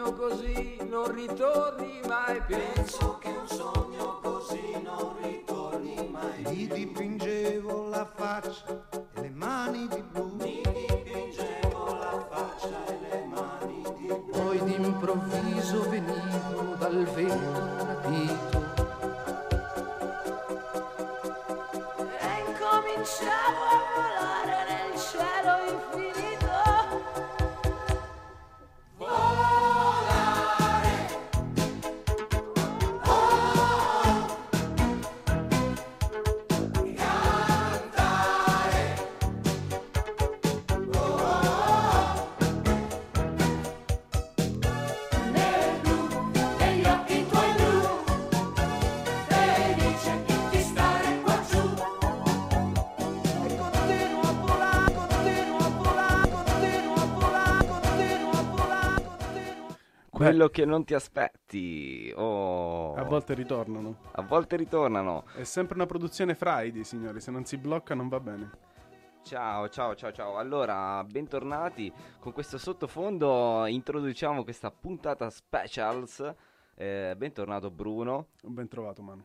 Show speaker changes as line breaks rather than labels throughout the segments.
sogno così non ritorni mai più.
Penso che un sogno così non ritorni mai più.
Gli dipingevo la faccia e le mani di blu.
Mi dipingevo la faccia e le mani di blu.
Poi d'improvviso venivo dal vento rapito
e incominciavo a volare nel cielo infinito.
Quello che non ti aspetti. Oh.
A volte ritornano.
A volte ritornano.
È sempre una produzione Friday, signori. Se non si blocca non va bene.
Ciao. Allora, bentornati. Con questo sottofondo introduciamo questa puntata specials. Bentornato Bruno.
Ben trovato, Manu.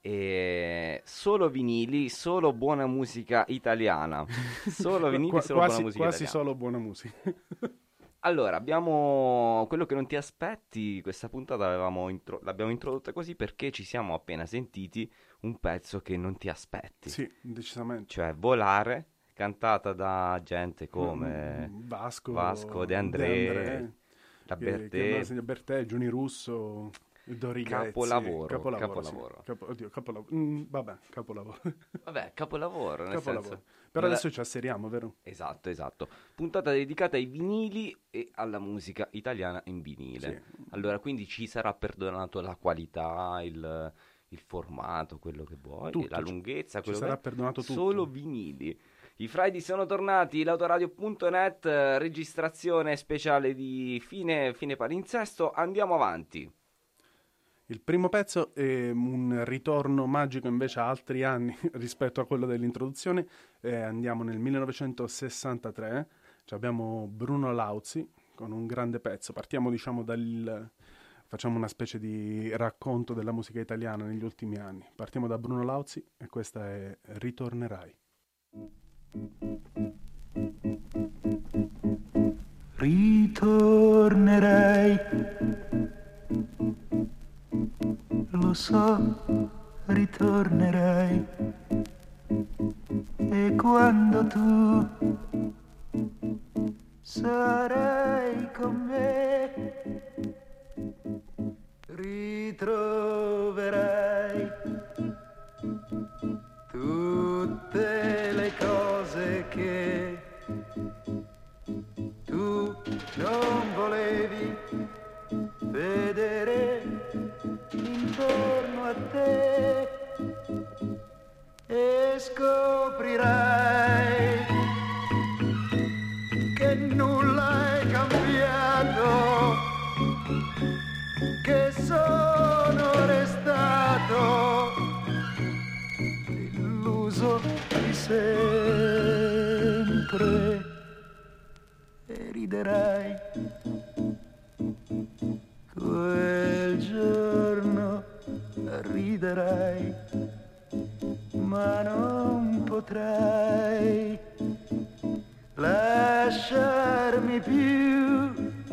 E solo vinili, solo buona musica italiana. Solo vinili, solo buona musica
quasi
italiana.
solo buona musica.
Allora, abbiamo quello che non ti aspetti. Questa puntata l'abbiamo introdotta così perché ci siamo appena sentiti un pezzo che non ti aspetti.
Sì, decisamente.
Cioè Volare, cantata da gente come
Vasco,
De André, la Bertè,
Bertè, Giuni Russo, Dorigazzi.
Capolavoro.
Vabbè, capolavoro.
Vabbè, capolavoro, nel senso.
Però adesso ci asseriamo, vero?
Esatto. Puntata dedicata ai vinili e alla musica italiana in vinile.
Sì.
Allora, quindi ci sarà perdonato la qualità, il formato, quello che vuoi,
Tutto,
la lunghezza,
ci sarà perdonato tutto.
Solo vinili. I Friday sono tornati, l'autoradio.net, registrazione speciale di fine palinsesto. Andiamo avanti.
Il primo pezzo è un ritorno magico invece a altri anni rispetto a quello dell'introduzione. Andiamo nel 1963, abbiamo Bruno Lauzi con un grande pezzo. Partiamo facciamo una specie di racconto della musica italiana negli ultimi anni. Partiamo da Bruno Lauzi e questa è Ritornerai.
Ritornerai, lo so, ritornerai, e quando tu sarai con me, ritroverai tutte le cose che tu non volevi vedere intorno a te, e scoprirai che nulla è cambiato, che sono restato illuso di sempre, e riderai quel giorno, riderai, ma non potrai lasciarmi più.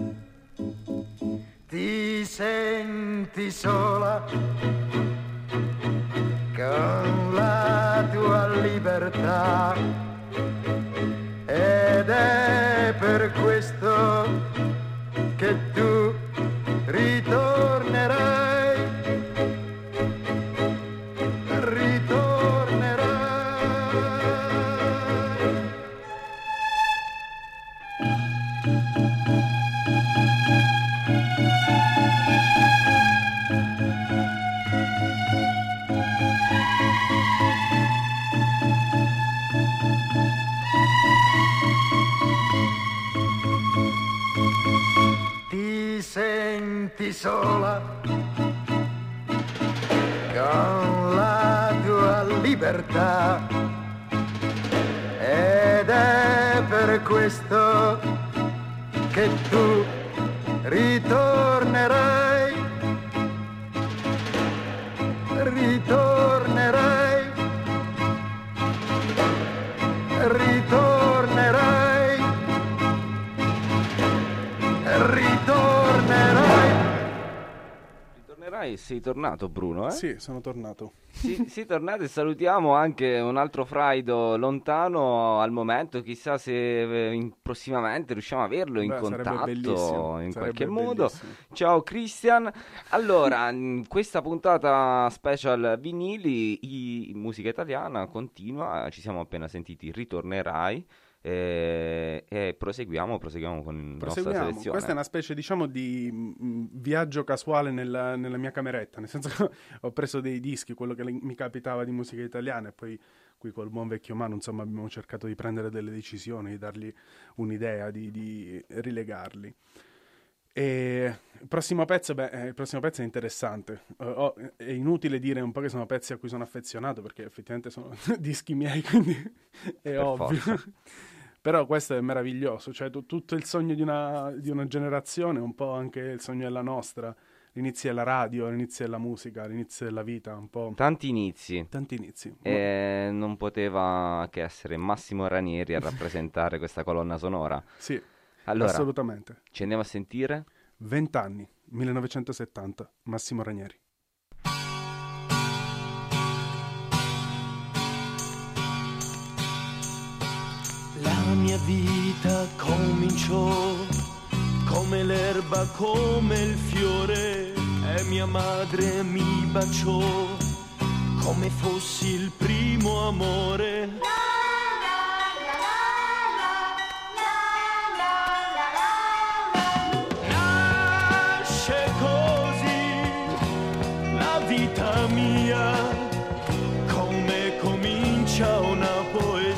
Ti senti sola con la tua libertà, ed è per questo che tu ritornerai. Sola con la tua libertà, ed è per questo che tu ritorni.
Rai, sei tornato Bruno,
Sì, sono tornato.
Sì, tornato, e salutiamo anche un altro fraido lontano al momento, chissà se prossimamente riusciamo a averlo in
Sarebbe
contatto
bellissimo,
in
sarebbe
qualche modo.
bellissimo.
Ciao Christian. Allora, in questa puntata special vinili, musica italiana continua, ci siamo appena sentiti Ritornerai. E proseguiamo con la nostra selezione.
Questa è una specie, diciamo, di viaggio casuale nella mia cameretta, nel senso che ho preso dei dischi, quello che mi capitava di musica italiana, e poi qui col buon vecchio Manu, insomma, abbiamo cercato di prendere delle decisioni, di dargli un'idea, di rilegarli. E il prossimo pezzo è interessante. È inutile dire un po' che sono pezzi a cui sono affezionato, perché effettivamente sono dischi miei, quindi è ovvio. Però questo è meraviglioso, cioè tutto il sogno di una generazione, un po' anche il sogno della nostra, l'inizio della radio, l'inizio della musica, l'inizio della vita, un po'.
Tanti inizi.
E
non poteva che essere Massimo Ranieri a rappresentare questa colonna sonora.
Sì,
allora,
assolutamente.
Ci andiamo a sentire?
20 anni, 1970, Massimo Ranieri.
La mia vita cominciò come l'erba, come il fiore, e mia madre mi baciò come fossi il primo amore. Nasce così la vita mia, come comincia una poesia.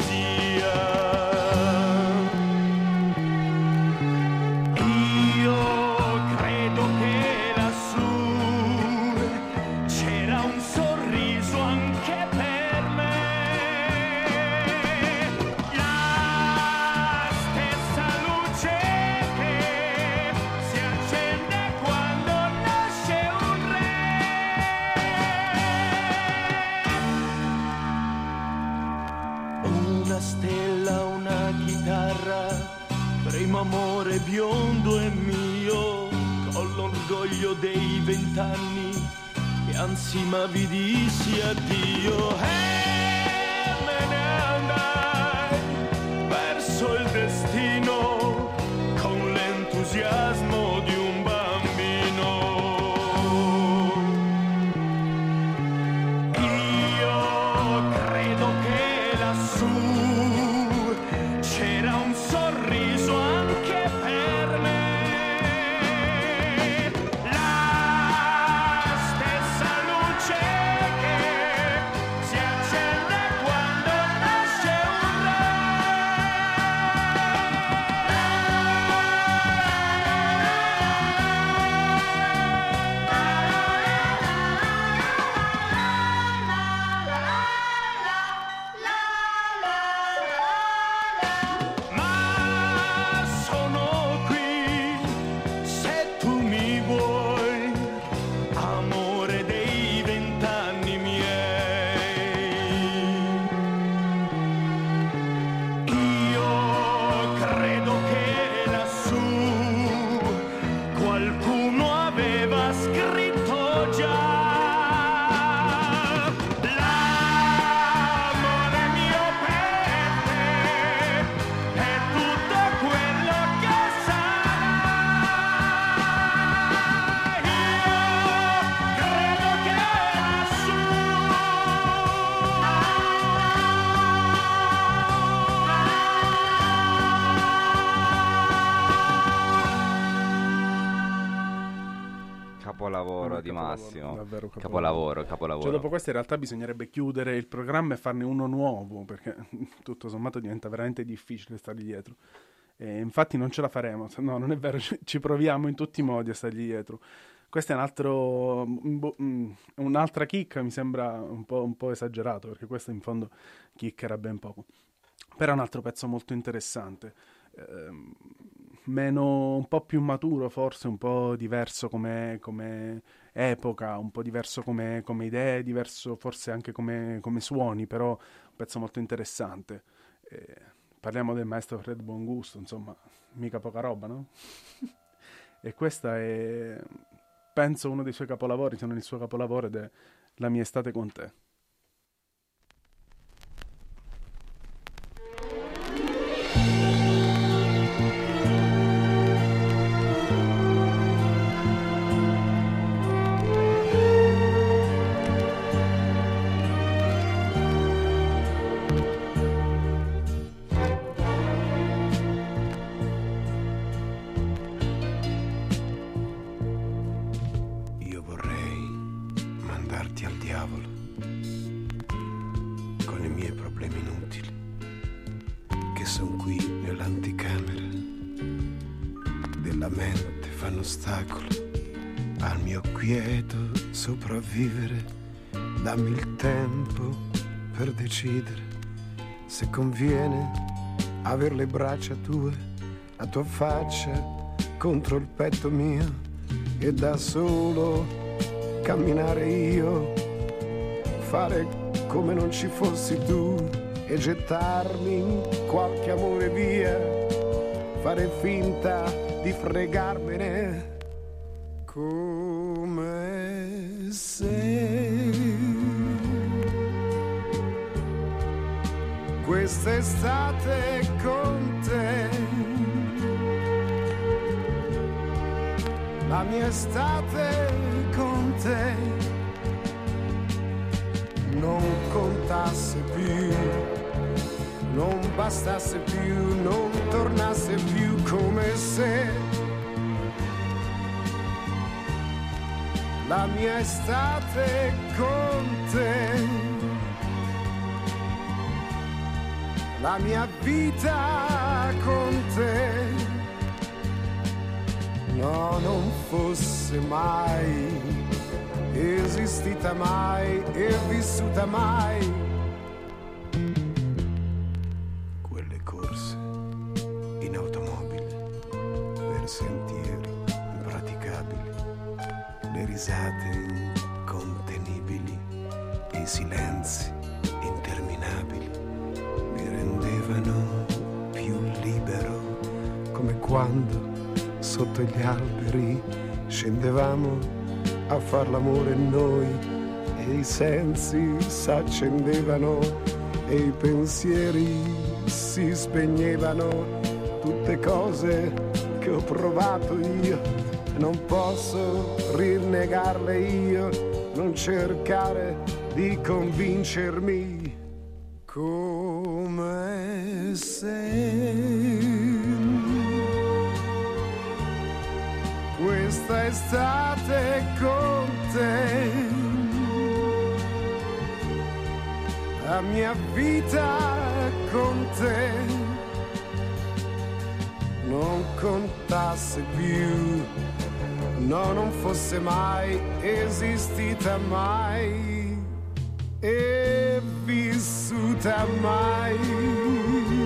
Amore biondo e mio, con l'orgoglio dei 20 anni, e anzi ma vi dissi addio, e me ne andai verso il destino con l'entusiasmo di un bambino. Io credo che lassù c'era un sorriso anche per me, la stessa luce che si accende quando nasce un ma sono qui se tu mi vuoi, amore dei 20 anni miei. Io credo che lassù qualcuno aveva scritto già l'amore mio per te è tutto quello che sarai. Io credo che lassù
Capolavoro di Massimo.
Davvero
Capolavoro.
Cioè, dopo questo in realtà bisognerebbe chiudere il programma e farne uno nuovo, perché tutto sommato diventa veramente difficile stargli dietro. E infatti non ce la faremo. No, non è vero, ci proviamo in tutti i modi a stargli dietro. Questo è un'altra chicca, mi sembra un po' esagerato, perché questo in fondo chicca era ben poco. Però è un altro pezzo molto interessante. Un po' più maturo forse, un po' diverso come epoca, un po' diverso come idee, diverso forse anche come suoni, però un pezzo molto interessante. Parliamo del maestro Fred Buongusto, insomma, mica poca roba, no? E questa è penso uno dei suoi capolavori, se non il suo capolavoro, ed è La mia estate con te.
Io vorrei mandarti al diavolo con i miei problemi inutili, che son qui nell'anticamera della mente, fanno ostacolo al mio quieto sopravvivere. Dammi il tempo per decidere se conviene aver le braccia tue, la tua faccia contro il petto mio, e da solo camminare io, fare come non ci fossi tu e gettarmi in qualche amore via, fare finta di fregarmene come se quest'estate con te, la mia estate con te, non contasse più, non bastasse più, non tornasse più, come se la mia estate con te, la mia vita con te, no, non fosse mai esistita mai e vissuta mai. Quelle corse in automobile per sentieri impraticabili, le risate incontenibili e i silenzi interminabili mi rendevano più libero, come quando sotto gli alberi scendevamo a far l'amore noi, e i sensi s'accendevano e i pensieri si spegnevano, tutte cose che ho provato io, non posso rinnegarle io, non cercare di convincermi, come se questa estate con te, la mia vita con te, non contasse più, no, non fosse mai esistita mai e vissuta mai.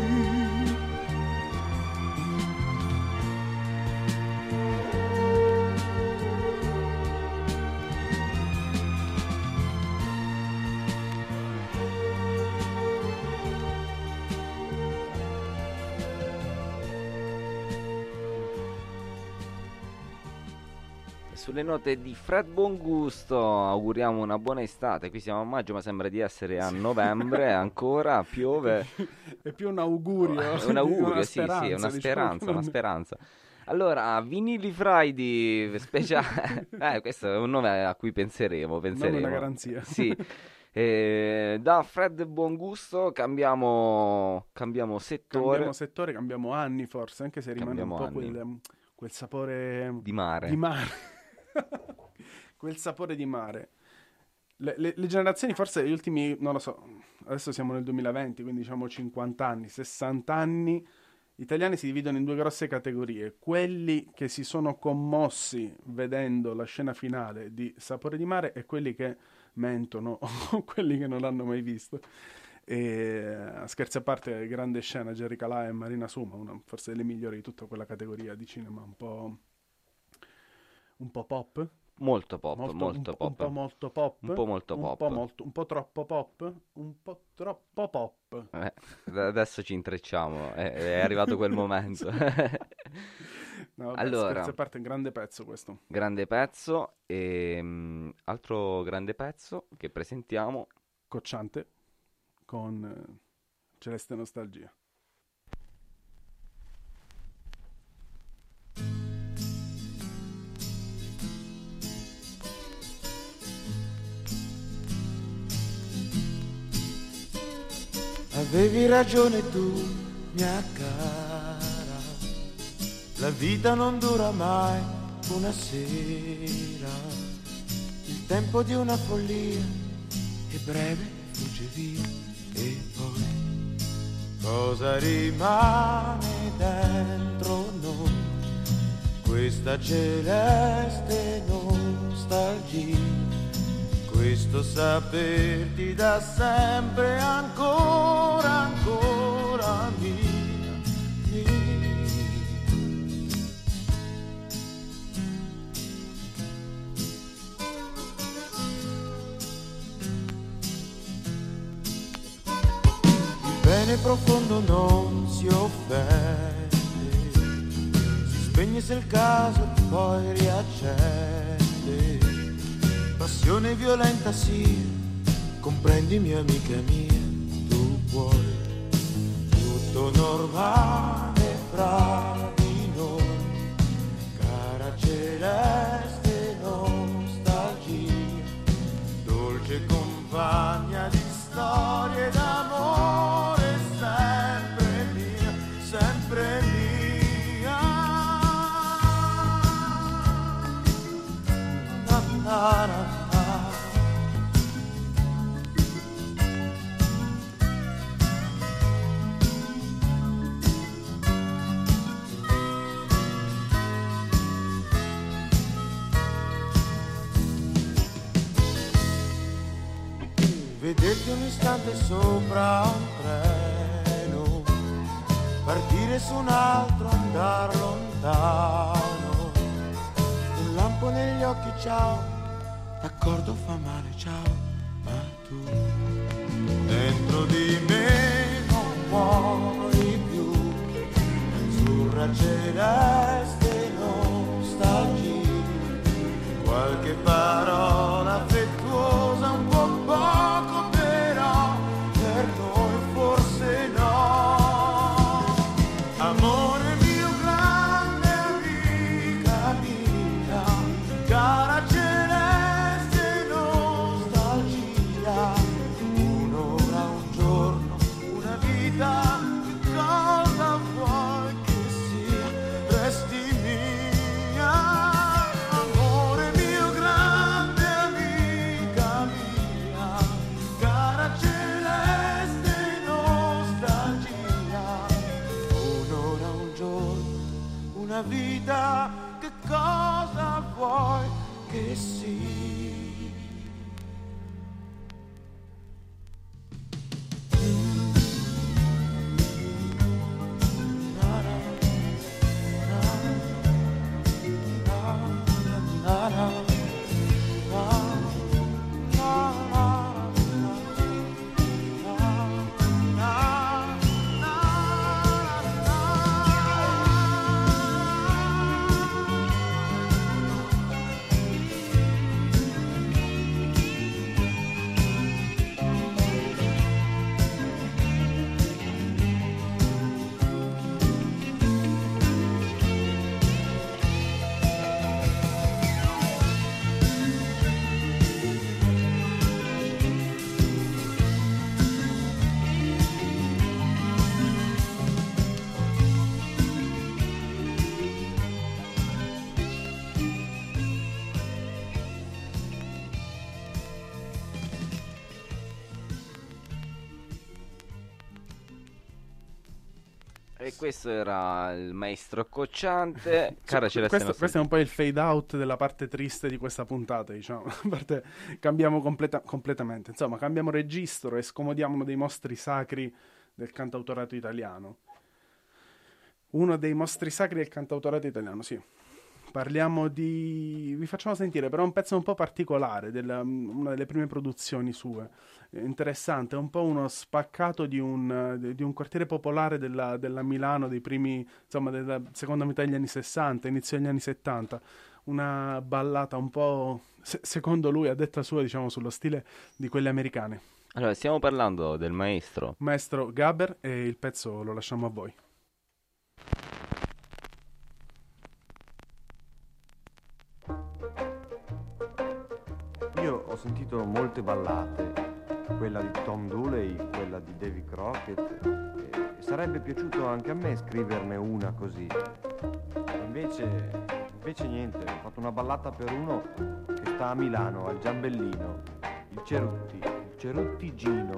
Sulle note di Fred Buongusto auguriamo una buona estate. Qui siamo a maggio, ma sembra di essere a novembre. Ancora piove.
È più un augurio.
Un augurio,
una
sì,
speranza,
sì, una
diciamo.
speranza, una speranza. Allora, Vinili Friday speciale. Questo è un nome a cui penseremo.
Non è una garanzia.
Sì. Da Fred Buongusto cambiamo settore.
Cambiamo settore, cambiamo anni forse, anche se rimane
Cambiamo
un po' quel sapore
di mare.
Di mare. Quel sapore di mare. Le generazioni, forse gli ultimi, non lo so, adesso siamo nel 2020, quindi diciamo 50 anni, 60 anni, gli italiani si dividono in due grosse categorie: quelli che si sono commossi vedendo la scena finale di Sapore di mare e quelli che mentono o quelli che non l'hanno mai visto. E scherzi a parte, grande scena, Jerry Calà e Marina Suma, una forse delle migliori di tutta quella categoria di cinema un po' pop.
Molto pop,
molto
molto
pop. Un po' molto pop.
Un po' molto pop.
Un po' troppo pop. Un po' troppo pop.
Adesso ci intrecciamo, è arrivato quel momento.
No,
Allora,
scherzi a parte, grande pezzo questo.
grande pezzo e altro grande pezzo che presentiamo.
Cocciante con Celeste Nostalgia.
Avevi ragione tu, mia cara, la vita non dura mai una sera, il tempo di una follia è breve, fugge via e poi cosa rimane dentro noi? Questa celeste nostalgia, questo saperti da sempre ancora, ancora mia, mia. Il bene profondo non si offende, si spegne se il caso poi riaccende. Passione violenta sia, comprendimi amica mia, tu puoi, tutto normale fra di noi, cara celeste nostalgia, dolce compagna di storie d'amore, sempre mia, sempre mia. Na, na, vederti un istante sopra un treno, partire su un altro, andar lontano, un lampo negli occhi, ciao, d'accordo fa male, ciao, ma tu dentro di me non muori più, azzurra celeste nostalgia, qualche parola affettuosa, un po' poco però, per noi forse no. Amore mio, grande amica mia, cara celeste nostalgia, un'ora, un giorno, una vita, cosa vuoi che sia, resti mia. Amore mio, grande amica mia, cara celeste nostalgia, un'ora, un giorno, una vita, che cosa vuoi che sia.
E questo era il maestro Cocciante. Cara Celeste
Questo è un po' il fade out della parte triste di questa puntata, diciamo. A parte, cambiamo completamente. Insomma, cambiamo registro e scomodiamo uno dei mostri sacri del cantautorato italiano. Uno dei mostri sacri del cantautorato italiano, sì. vi facciamo sentire però un pezzo un po' particolare, una delle prime produzioni sue. Interessante, è un po' uno spaccato di un quartiere popolare della Milano dei primi, insomma, della seconda metà degli anni 60, inizio degli anni 70. Una ballata un po', secondo lui, a detta sua, diciamo, sullo stile di quelle americane.
Allora, stiamo parlando del maestro
Gaber, e il pezzo lo lasciamo a voi.
Io ho sentito molte ballate, quella di Tom Dooley, quella di Davy Crockett, e sarebbe piaciuto anche a me scriverne una così. Invece niente, ho fatto una ballata per uno che sta a Milano, al Giambellino, il Cerutti Gino.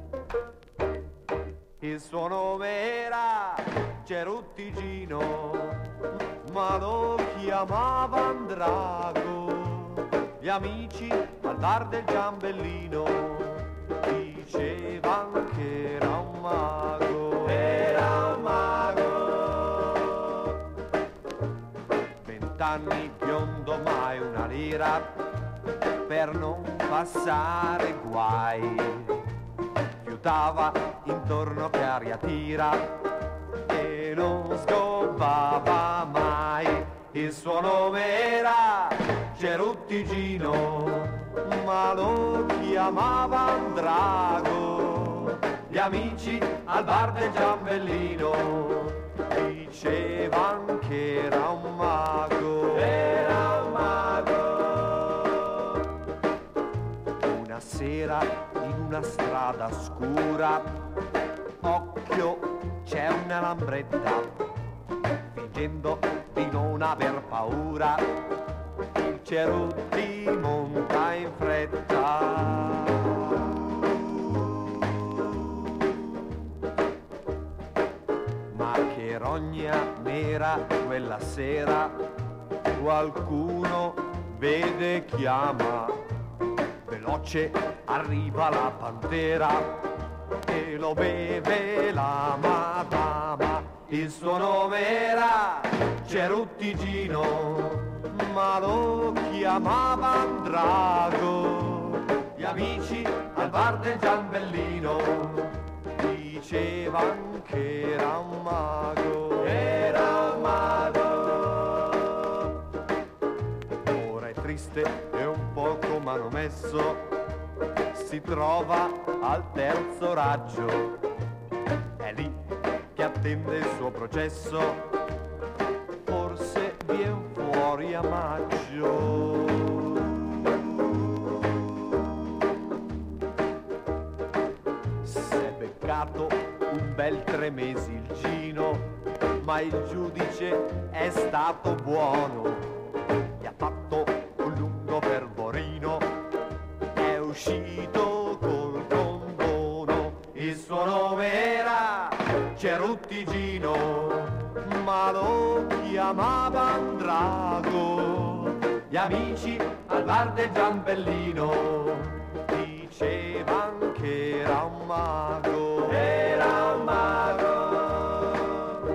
Il suo nome era Cerutti Gino, ma lo chiamavano Drago. Gli amici al bar del Giambellino dicevano che era un mago. Era un mago. 20 anni biondo, mai una lira per non passare guai. Fiutava intorno che aria tira e non sgobbava mai. Il suo nome era Cerutti Gino, ma lo chiamavano Drago. Gli amici al bar del Giambellino dicevano che era un mago. Era un mago. Una sera in una strada scura, occhio, c'è una lambretta, fingendo di non aver paura, il Cerutti monta in fretta. Ma che rogna nera quella sera, qualcuno vede e chiama, veloce arriva la pantera e lo beve la madama. Il suo nome era Cerutti Gino, ma lo chiamavano Drago. Gli amici al bar del Giambellino dicevano che era un mago. Era un mago. Ora è triste e un poco manomesso, si trova al terzo raggio, è lì che attende il suo processo, forse vien fuori a maggio. S'è beccato un bel 3 mesi il Gino, ma il giudice è stato buono, gli ha fatto un lungo perborino, è uscito col condono. Il suo nome era Cerutti Gino, ma lo chiamavano Drago. Gli amici al bar del Giambellino dicevano che era un mago. Era un mago.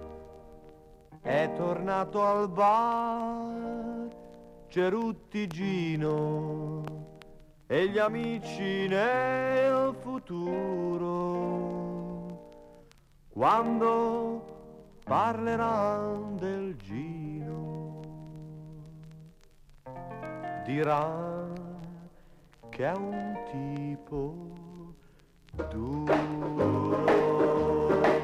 È tornato al bar Cerutti Gino e gli amici nel futuro, quando parleranno del Gino, diranno che è un tipo duro.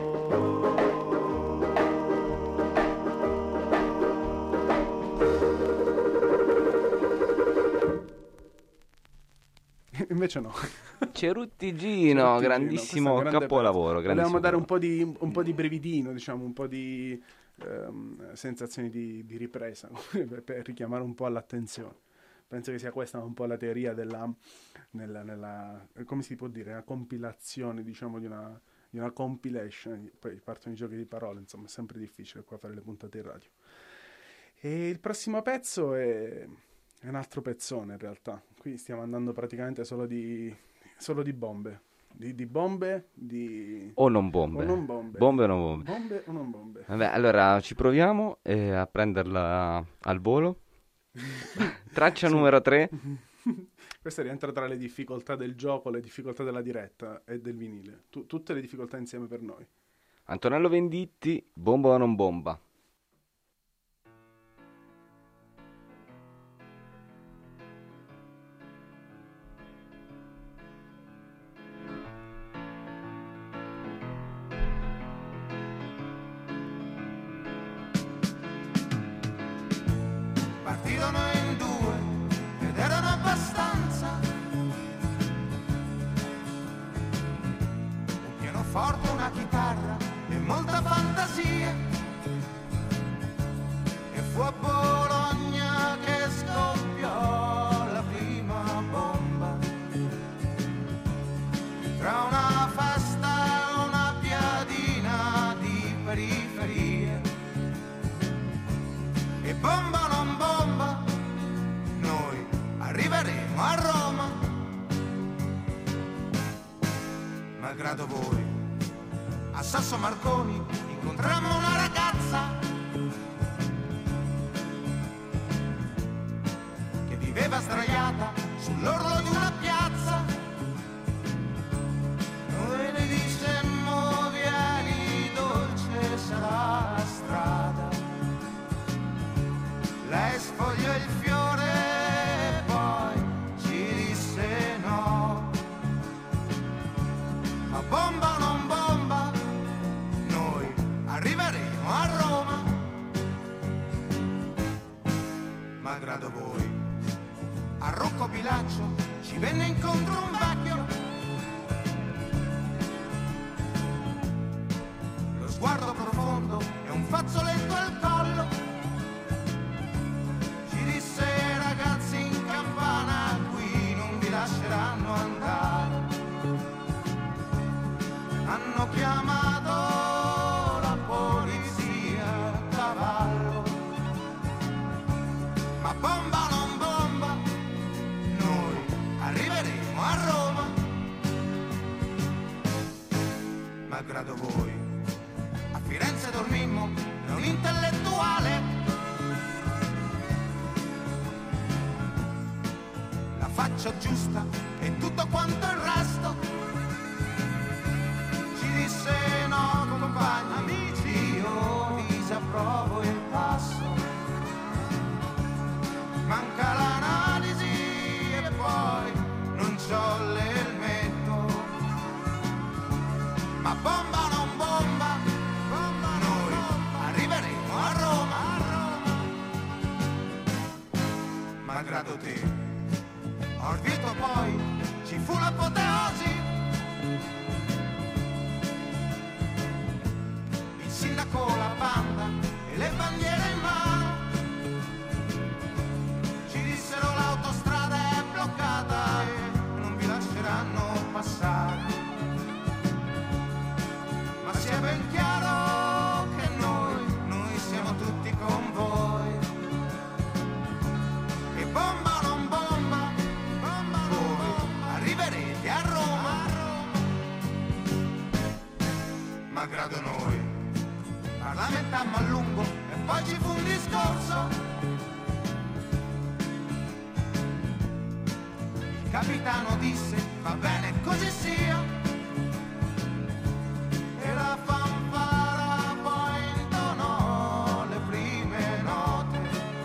Invece no.
Cerutti Gino, grandissimo capolavoro.
Volevamo dare un po' di brevidino, diciamo, un po' di sensazioni di ripresa per richiamare un po' all'attenzione. Penso che sia questa un po' la teoria nella come si può dire, una compilazione, diciamo, di una compilation. Poi partono i giochi di parole, insomma, è sempre difficile qua fare le puntate in radio. E il prossimo pezzo è un altro pezzone, in realtà. Qui stiamo andando praticamente solo di bombe. Di bombe, di...
O non bombe.
O non bombe.
Bombe o non bombe.
Bombe o non bombe.
Vabbè, allora ci proviamo a prenderla al volo. Traccia numero 3.
Questa rientra tra le difficoltà del gioco, le difficoltà della diretta e del vinile. Tutte le difficoltà insieme per noi.
Antonello Venditti, bomba o non bomba?
Partirono in due ed erano abbastanza. Un pianoforte, una chitarra e molta fantasia. E fu a Bologna che scoppiò la prima bomba. Tra una festa e una piadina di periferia. E bomba o non bomba, noi arriveremo a Roma. Malgrado voi, a Sasso Marconi incontrammo una ragazza che viveva sdraiata sull'orlo di una piazza. Noi le dicemmo vieni dolce sarà la strada. Lei sfogliò il fiore e poi ci disse no. Ma bomba o non bomba, noi arriveremo a Roma. Malgrado voi, a Rocco Pilaccio ci venne incontro un vecchio. Lo sguardo profondo e un fazzoletto al collo. Ragazzi in campana qui non vi lasceranno andare. Hanno chiamato la polizia a cavallo. Ma bomba o non bomba, noi arriveremo a Roma. Malgrado voi, a Firenze dormimmo da un intellettuale. Faccia giusta e tutto quanto il resto. Ci disse no compagni, amici, io disapprovo il passo. Manca l'analisi e poi non c'ho l'elmetto. Ma bomba o non bomba, noi arriveremo a Roma. Malgrado te, Orvieto poi ci fu l'apoteosi. Il sindaco, la banda e le bandiere in mano ci dissero l'autostrada è bloccata e non vi lasceranno passare. Ma sia ben chiaro che noi siamo tutti con voi. E bomba o non bomba, arriverete a Roma. Malgrado noi parlamentammo a lungo e poi ci fu un discorso. Il capitano disse va bene così sia. E la fanfara poi intonò le prime note.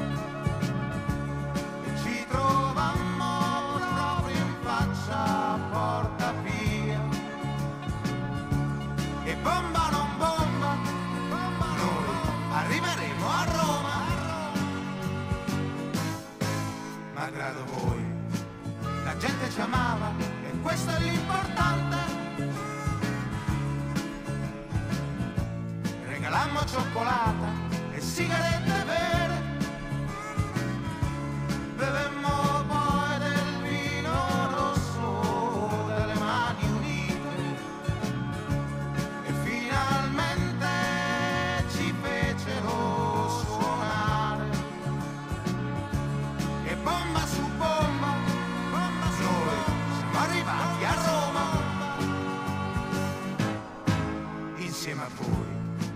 E ci trovammo proprio in faccia a Porta Pia. E bomba o non bomba, noi arriveremo a Roma. Malgrado voi, la gente ci amava e questo è l'importante. Regalammo cioccolata e sigarette vere. Bevemmo poi del vino rosso delle Mani Unite. E finalmente ci fecero suonare. E bomba su bomba, noi siamo arrivati a Roma. insieme a voi.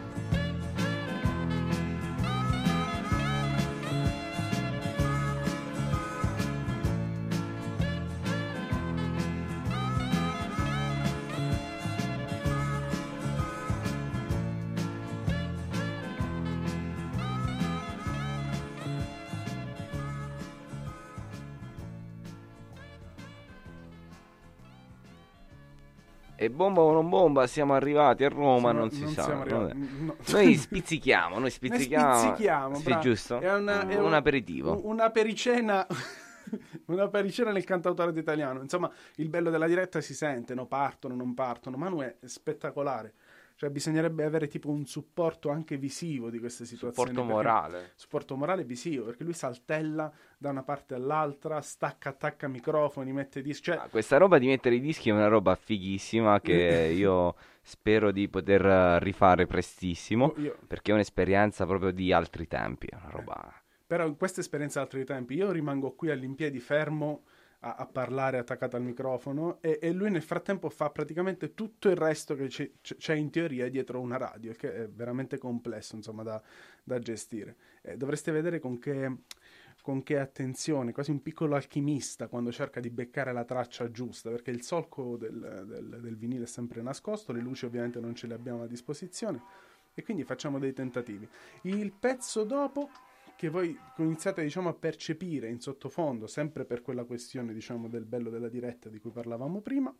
E bomba o non bomba, siamo arrivati a Roma, non si sa.
No.
Noi spizzichiamo.
Noi spizzichiamo,
sì,
bravo.
giusto?
È
un aperitivo.
Una pericena. Una pericena nel cantautorato italiano. Insomma, il bello della diretta si sente, no? Partono, non partono. Manu è spettacolare. Cioè, bisognerebbe avere tipo un supporto anche visivo di queste situazioni. Supporto morale e visivo, perché lui saltella da una parte all'altra, stacca, attacca microfoni, mette dischi. Cioè...
Questa roba di mettere i dischi è una roba fighissima che io spero di poter rifare prestissimo, perché è un'esperienza proprio di altri tempi. È una roba...
Però in questa esperienza di altri tempi io rimango qui all'impiedi fermo a parlare attaccato al microfono e lui nel frattempo fa praticamente tutto il resto che c'è in teoria dietro una radio, che è veramente complesso, insomma, da gestire. Dovreste vedere con che attenzione, quasi un piccolo alchimista quando cerca di beccare la traccia giusta, perché il solco del vinile è sempre nascosto, le luci ovviamente non ce le abbiamo a disposizione e quindi facciamo dei tentativi. Il pezzo dopo, che voi iniziate, diciamo, a percepire in sottofondo, sempre per quella questione, diciamo, del bello della diretta di cui parlavamo prima,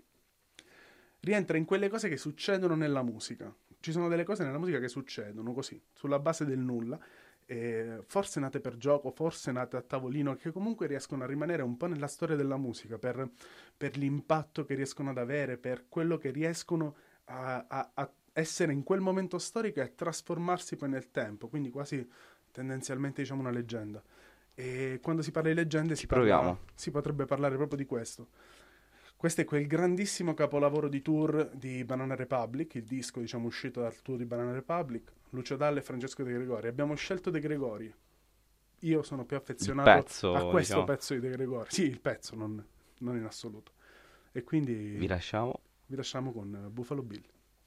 rientra in quelle cose che succedono nella musica. Ci sono delle cose nella musica che succedono così, sulla base del nulla, forse nate per gioco, forse nate a tavolino, che comunque riescono a rimanere un po' nella storia della musica, per l'impatto che riescono ad avere, per quello che riescono a essere in quel momento storico e a trasformarsi poi nel tempo, quindi quasi tendenzialmente, diciamo, una leggenda. E quando si parla di leggende si potrebbe parlare proprio di questo. Questo è quel grandissimo capolavoro di tour di Banana Republic, il disco, diciamo, uscito dal tour di Banana Republic, Lucio Dalla e Francesco De Gregori. Abbiamo scelto De Gregori. Io sono più affezionato a questo, diciamo, pezzo di De Gregori. Sì, il pezzo, non in assoluto. E quindi vi lasciamo con Buffalo Bill.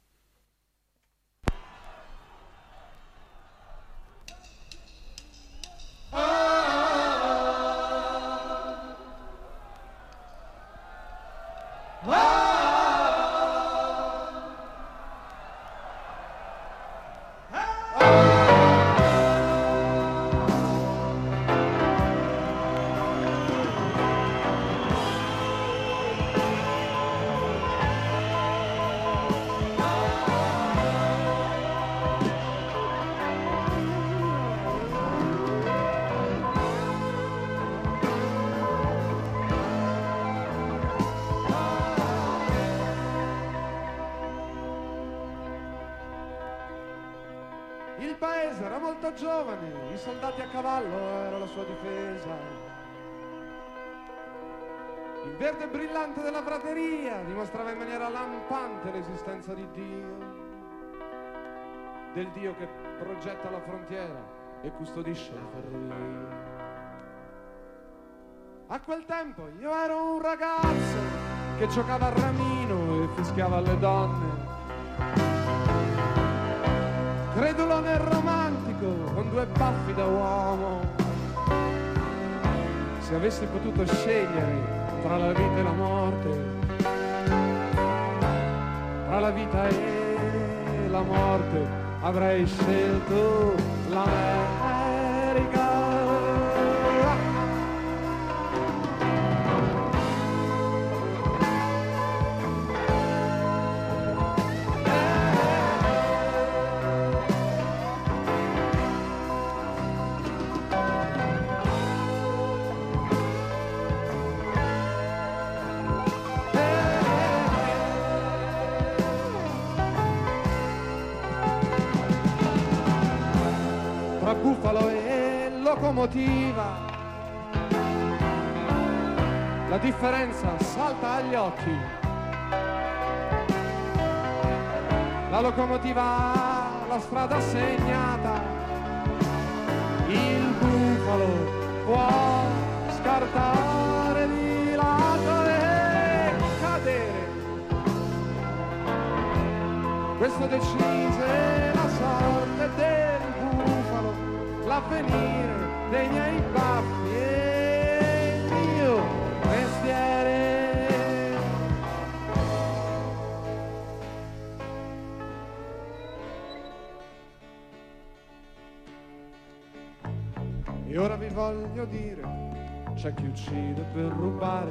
Giovane, i soldati a cavallo era la sua difesa. Il verde brillante della prateria dimostrava in maniera lampante l'esistenza di Dio, del Dio che progetta la frontiera e custodisce la ferrovia. A quel tempo io ero un ragazzo che giocava a ramino e fischiava alle donne, credulone e romantico, con due baffi da uomo. Se avessi potuto scegliere tra la vita e la morte, tra la vita e la morte, avrei scelto l'America. Tra bufalo e locomotiva la differenza salta agli occhi. La locomotiva ha la strada segnata, il bufalo può scartare di lato e cadere. questo decise la sorte del bufalo, l'avvenire dei miei baffi e il mio mestiere. E ora vi voglio dire, c'è chi uccide per rubare,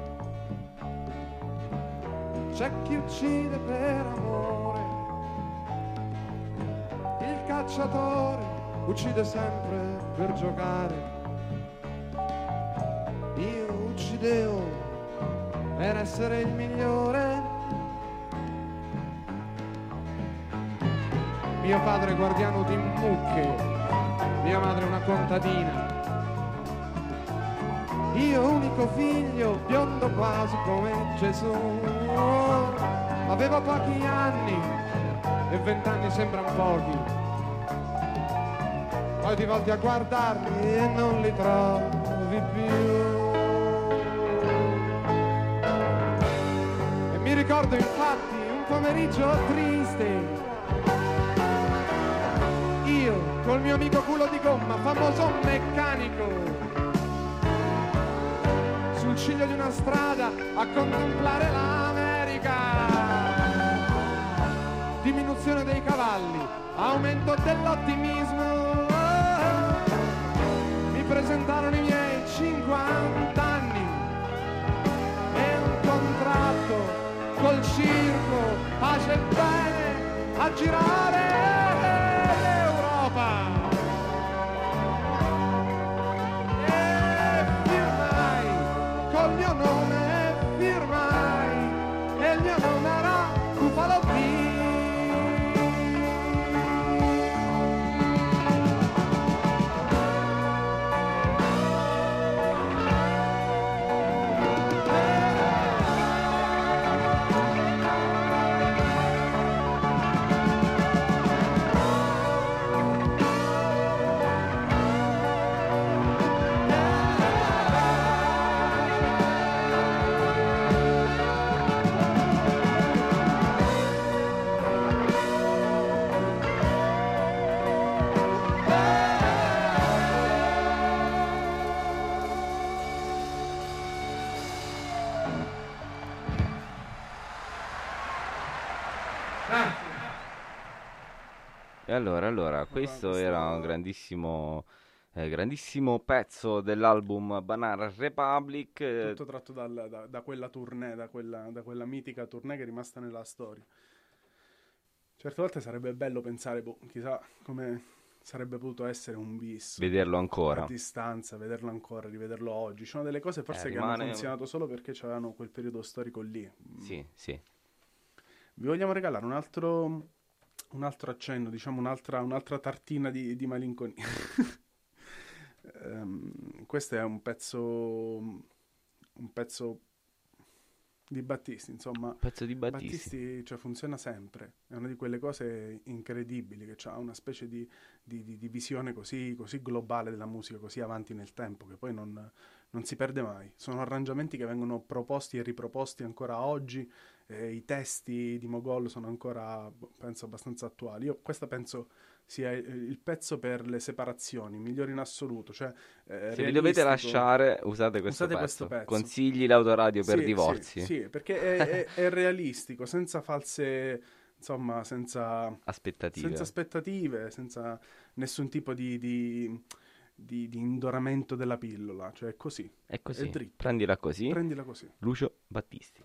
c'è chi uccide per amore, il cacciatore uccide sempre per giocare, io uccidevo per essere il migliore. Mio padre guardiano di mucche, mia madre una contadina, io unico figlio, biondo quasi come Gesù. Avevo pochi anni e 20 anni sembrano pochi, poi ti volti a guardarli e non li trovi più. E mi ricordo infatti un pomeriggio triste, io col mio amico culo di gomma, famoso meccanico, sul ciglio di una strada a contemplare l'America. Diminuzione dei cavalli, aumento dell'ottimismo. Mi presentarono i miei 50 anni e un contratto col circo, pace e bene, a girare l'Europa. E firmai col mio nome, firmai e il mio nome era Buffalo Bill.
E allora, questo era un grandissimo pezzo dell'album Banana Republic.
Tutto tratto da quella tournée, da quella mitica tournée che è rimasta nella storia. Certe volte sarebbe bello pensare, chissà come sarebbe potuto essere un bis.
Vederlo ancora.
A distanza, vederlo ancora, rivederlo oggi. Ci sono delle cose forse che hanno funzionato solo perché c'erano quel periodo storico lì.
Sì, sì.
Vi vogliamo regalare un altro accenno, diciamo un'altra tartina di malinconia. Questo è un pezzo di Battisti, insomma.
Pezzo di Battisti,
cioè, funziona sempre. È una di quelle cose incredibili, che ha una specie di visione così globale della musica, così avanti nel tempo, che poi non si perde mai. Sono arrangiamenti che vengono proposti e riproposti ancora oggi. I testi di Mogol sono ancora, penso, abbastanza attuali. Io questa penso sia il pezzo per le separazioni, migliore in assoluto. Cioè,
se vi dovete lasciare, usate questo pezzo. Consigli l'autoradio per divorzi.
Sì, perché è realistico, senza false, insomma, senza aspettative, senza nessun tipo di indoramento della pillola. Cioè è così.
È così.
È dritto.
Prendila così. Lucio Battisti.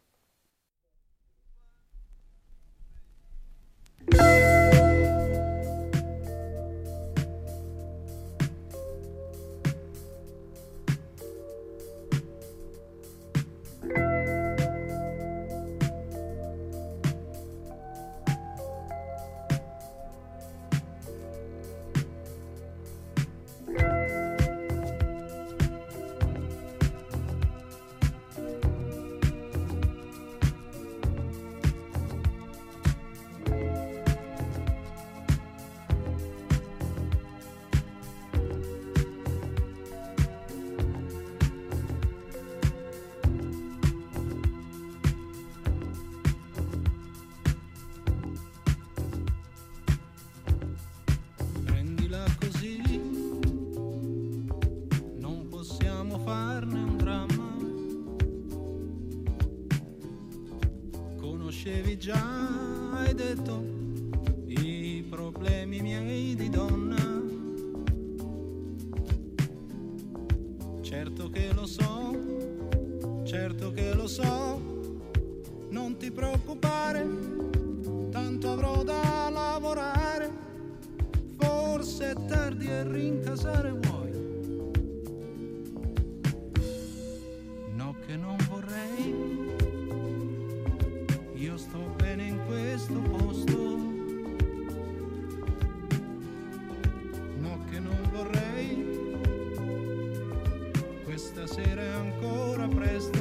detto i problemi miei di donna. Certo che lo so, certo che lo so, non ti preoccupare, tanto avrò da lavorare, forse è tardi e rincasare vuoi. No che non vorrei, io sto bene in questo posto. No che non vorrei, questa sera è ancora presto.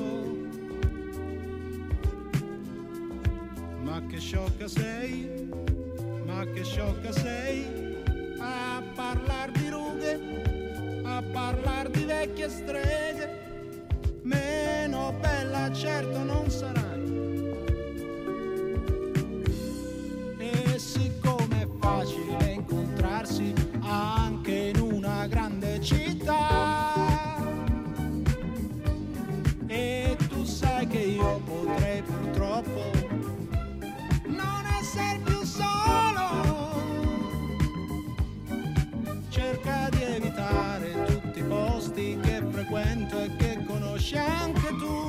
Ma che sciocca sei, ma che sciocca sei, a parlar di rughe, a parlar di vecchie streghe. Meno bella certo non sarai. E siccome è facile incontrarsi anche in una grande città, e tu sai che io potrei purtroppo non essere più solo, cerca di evitare tutti i posti che frequento e che conosci anche tu.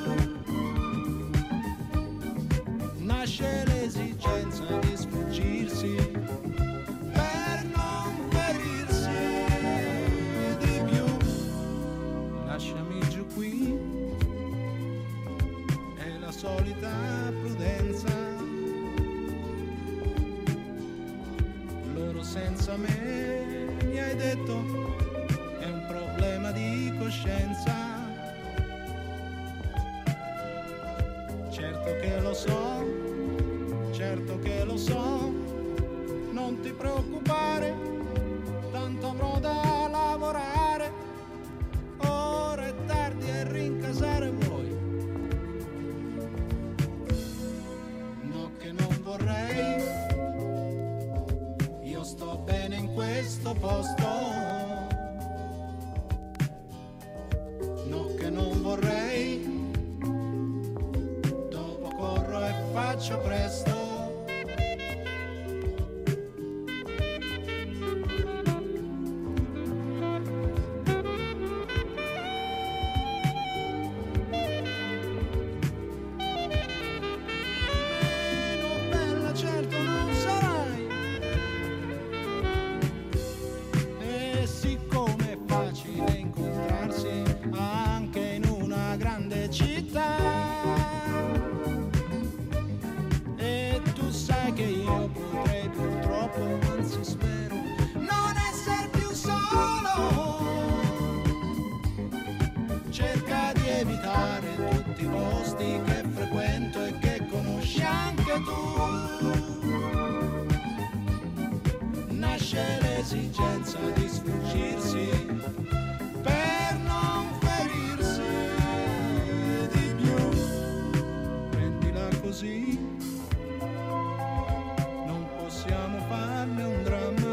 Nasce l'esigenza di sfuggirsi per non ferirsi di più. Lasciami giù qui, è la solita prudenza. Loro senza me, mi hai detto, è un problema di coscienza. Certo che lo so, certo che lo so, non ti preoccupare, tanto avrò da lavorare, ora è tardi e rincasare vuoi. No che non vorrei, io sto bene in questo posto. No che non vorrei, dopo corro e faccio presto. Meno bella certo non sarai. E siccome è facile incontrarsi anche in una grande città, e tu sai che io potrei purtroppo, anzi spero, non essere più solo, cerca di evitare tutti i posti che frequento e che conosci anche tu. Nasce l'esigenza di sfuggirsi per non ferirsi di più. Prendila così, non possiamo farne un dramma.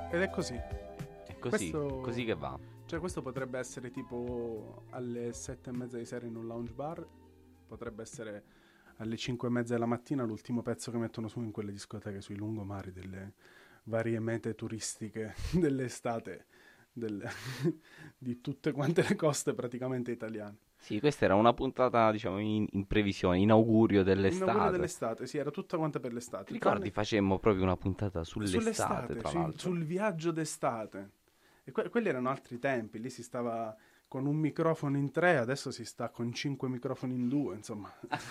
Ed è così.
È così che va.
Cioè questo potrebbe essere tipo alle 7:30 di sera in un lounge bar, potrebbe essere alle 5:30 della mattina l'ultimo pezzo che mettono su in quelle discoteche sui lungomari delle varie mete turistiche dell'estate di tutte quante le coste praticamente italiane.
Sì, questa era una puntata, diciamo, in previsione, in augurio dell'estate.
In augurio dell'estate, sì, era tutta quanta per l'estate.
Ti ricordi, facemmo proprio una puntata sull'estate, tra l'altro.
Sul viaggio d'estate. E quelli erano altri tempi, lì si stava con un microfono in 3, adesso si sta con 5 microfoni in 2, insomma.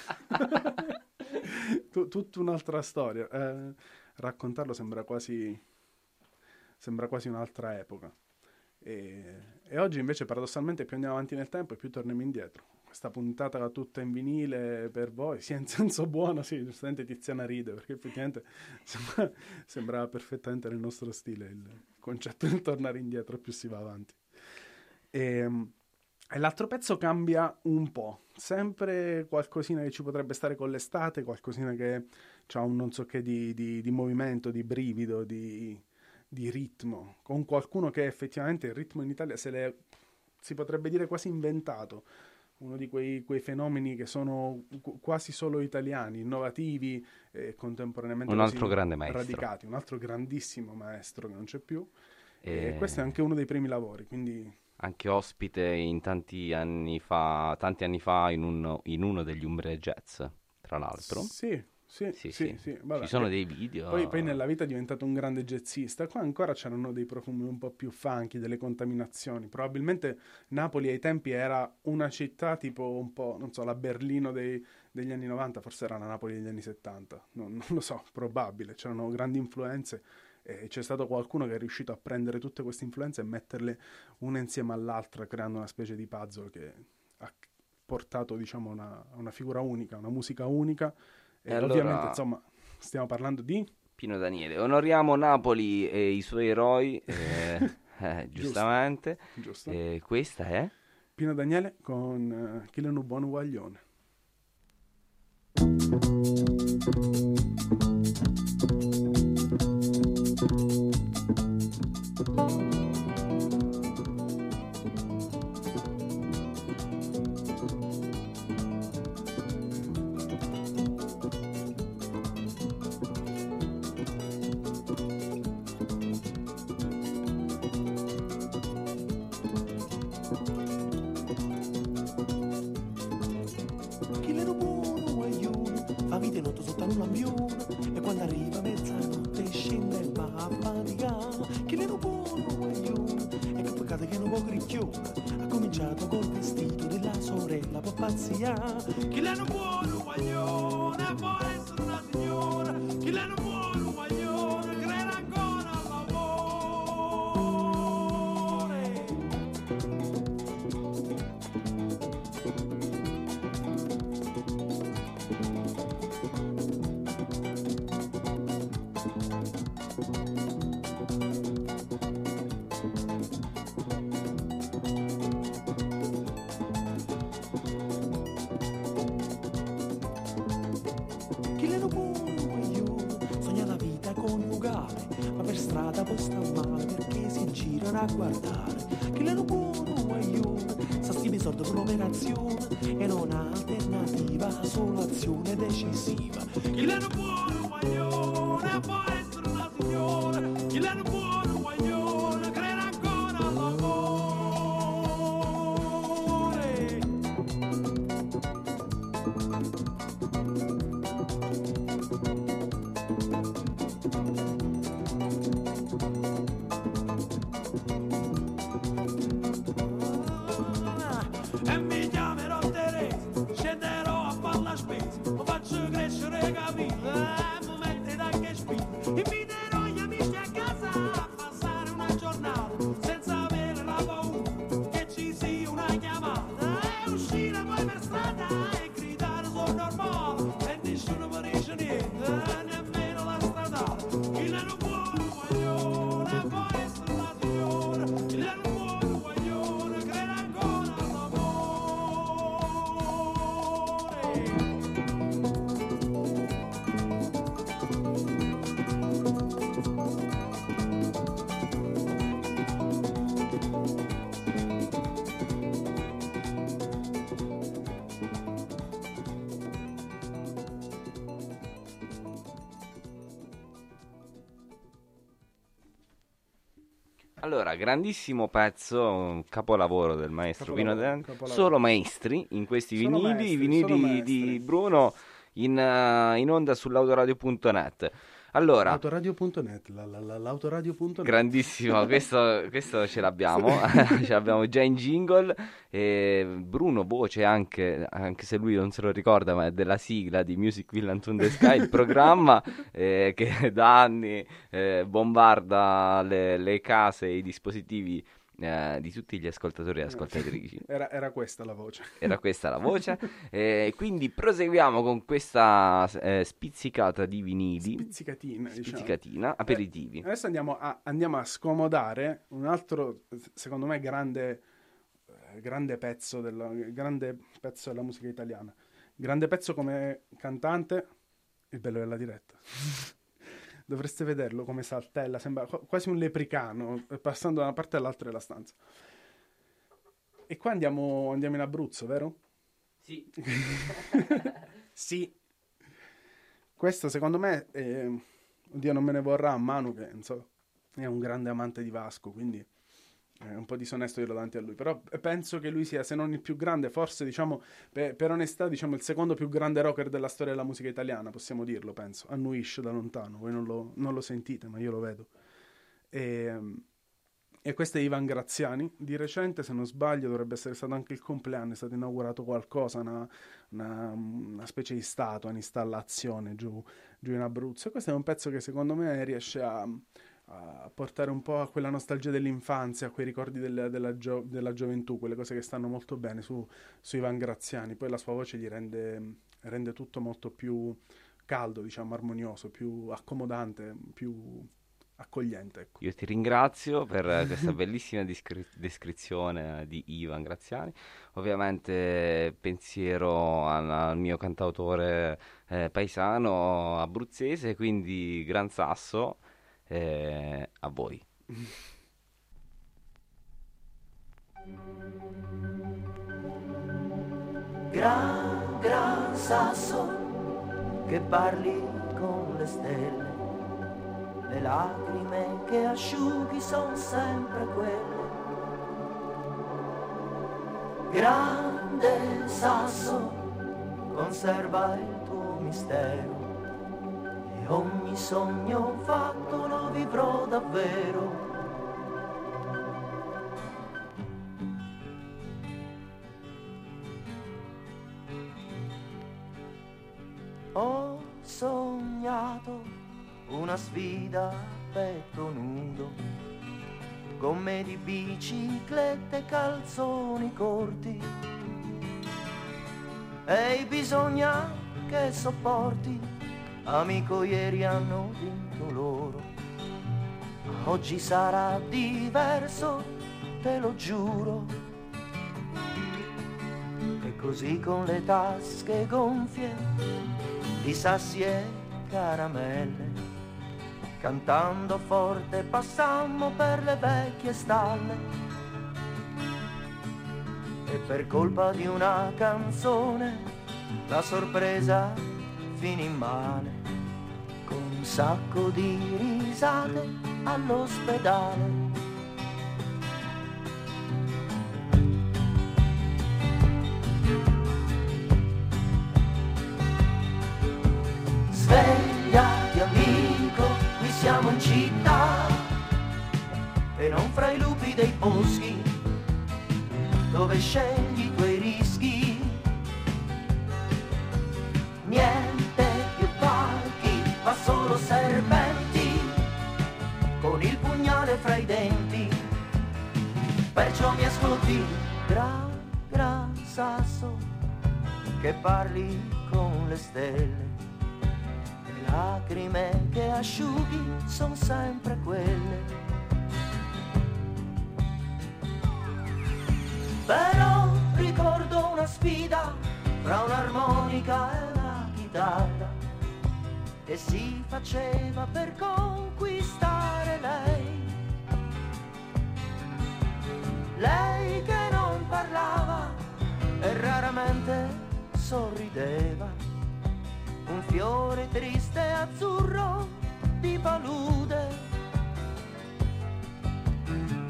Tutta un'altra storia. Raccontarlo sembra quasi un'altra epoca. E oggi invece paradossalmente più andiamo avanti nel tempo e più torniamo indietro. Questa puntata tutta in vinile per voi, sia in senso buono, sì, giustamente Tiziana ride perché effettivamente sembra perfettamente nel nostro stile il concetto di tornare indietro più si va avanti. E l'altro pezzo cambia un po', sempre qualcosina che ci potrebbe stare con l'estate, qualcosina che ha un non so che di movimento, di brivido, di ritmo, con qualcuno che effettivamente il ritmo in Italia si potrebbe dire quasi inventato, uno di quei fenomeni che sono quasi solo italiani, innovativi e contemporaneamente
un altro grande maestro,
radicati, un altro grandissimo maestro che non c'è più, e questo è anche uno dei primi lavori, quindi
anche ospite in tanti anni fa in uno degli Umbria Jazz, tra l'altro.
Sì. Vabbè,
ci sono dei video.
Poi nella vita è diventato un grande jazzista. Qua ancora c'erano dei profumi un po' più funky, delle contaminazioni. Probabilmente Napoli ai tempi era una città tipo un po', non so, la Berlino degli anni 90, forse era la Napoli degli anni 70. Non lo so, probabile. C'erano grandi influenze e c'è stato qualcuno che è riuscito a prendere tutte queste influenze e metterle una insieme all'altra, creando una specie di puzzle che ha portato, diciamo, una figura unica, una musica unica. E allora, ovviamente, insomma, stiamo parlando di
Pino Daniele. Onoriamo Napoli e i suoi eroi, giustamente.
Giusto.
Questa è
Pino Daniele con Chi l'hanno buono guaglione.
E quando arriva mezzanotte scende e va a faticare. Chi le non può guaglione, e che peccato che non può gricchione. Ha cominciato col vestito della sorella per pazziare. Chi le non può guaglione, può essere una signora. Chi le non può guaglione, crede ancora all'amore. A guardare che le non buono guaglione sa stime sordo per l'operazione e non ha alternativa solo azione decisiva che le non buono guaglione può essere una signora che le non buono guaglione crede ancora all'amore.
Allora, grandissimo pezzo, un capolavoro del maestro Pino Daniele.
Capolavoro.
Solo maestri in questi
Solo
vinili,
maestri,
i vinili
solo maestri.
di Bruno in onda sull'autoradio.net. Allora,
Autoradio.net, l'autoradio.net.
grandissimo, questo ce l'abbiamo, ce l'abbiamo già in jingle. Bruno, voce anche se lui non se lo ricorda, ma è della sigla di Music Villain to the Sky, il programma che da anni bombarda le case e i dispositivi di tutti gli ascoltatori e ascoltatrici.
Era questa la voce.
Era questa la voce. Quindi proseguiamo con questa spizzicata di vinili.
Spizzicatina,
aperitivi.
Adesso andiamo a scomodare un altro, secondo me, grande pezzo della musica italiana. Grande pezzo come cantante, il bello della diretta. Dovreste vederlo come saltella, sembra quasi un lepricano, passando da una parte all'altra della stanza. E qua andiamo in Abruzzo, vero?
Sì.
Sì. Questo secondo me, oddio non me ne vorrà Manu, che è un grande amante di Vasco, quindi è un po' disonesto dirlo davanti a lui, però penso che lui sia, se non il più grande, forse diciamo per onestà, diciamo il secondo più grande rocker della storia della musica italiana, possiamo dirlo, penso. Annuisce da lontano, voi non lo sentite, ma io lo vedo. E questo è Ivan Graziani. Di recente, se non sbaglio, dovrebbe essere stato anche il compleanno, è stato inaugurato qualcosa, una specie di statua, un'installazione giù in Abruzzo. E questo è un pezzo che secondo me riesce a portare un po' a quella nostalgia dell'infanzia, a quei ricordi della gioventù, quelle cose che stanno molto bene su Ivan Graziani. Poi la sua voce gli rende tutto molto più caldo, diciamo, armonioso, più accomodante, più accogliente, ecco.
Io ti ringrazio per questa bellissima descrizione di Ivan Graziani. Ovviamente pensiero al mio cantautore paesano abruzzese, quindi Gran Sasso. A voi.
Gran sasso che parli con le stelle, le lacrime che asciughi son sempre quelle. Grande sasso, conserva il tuo mistero, e ogni sogno fatto lo vivrò davvero. Ho sognato una sfida a petto nudo, gomme di biciclette e calzoni corti, e bisogna che sopporti, amico, ieri hanno vinto loro, ma oggi sarà diverso, te lo giuro. E così con le tasche gonfie di sassi e caramelle, cantando forte passammo per le vecchie stalle, e per colpa di una canzone la sorpresa finì male, con un sacco di risate all'ospedale. Svegliati amico, qui siamo in città e non fra i lupi dei boschi, dove scegli i tuoi rischi. Niente più palchi, ma solo serpenti con il pugnale fra i denti. Perciò mi ascolti, gran sasso, che parli con le stelle, le lacrime che asciughi son sempre quelle. Però ricordo una sfida fra un'armonica e una chitarra, che si faceva per conquistare lei. Lei che non parlava e raramente sorrideva, un fiore triste azzurro di palude.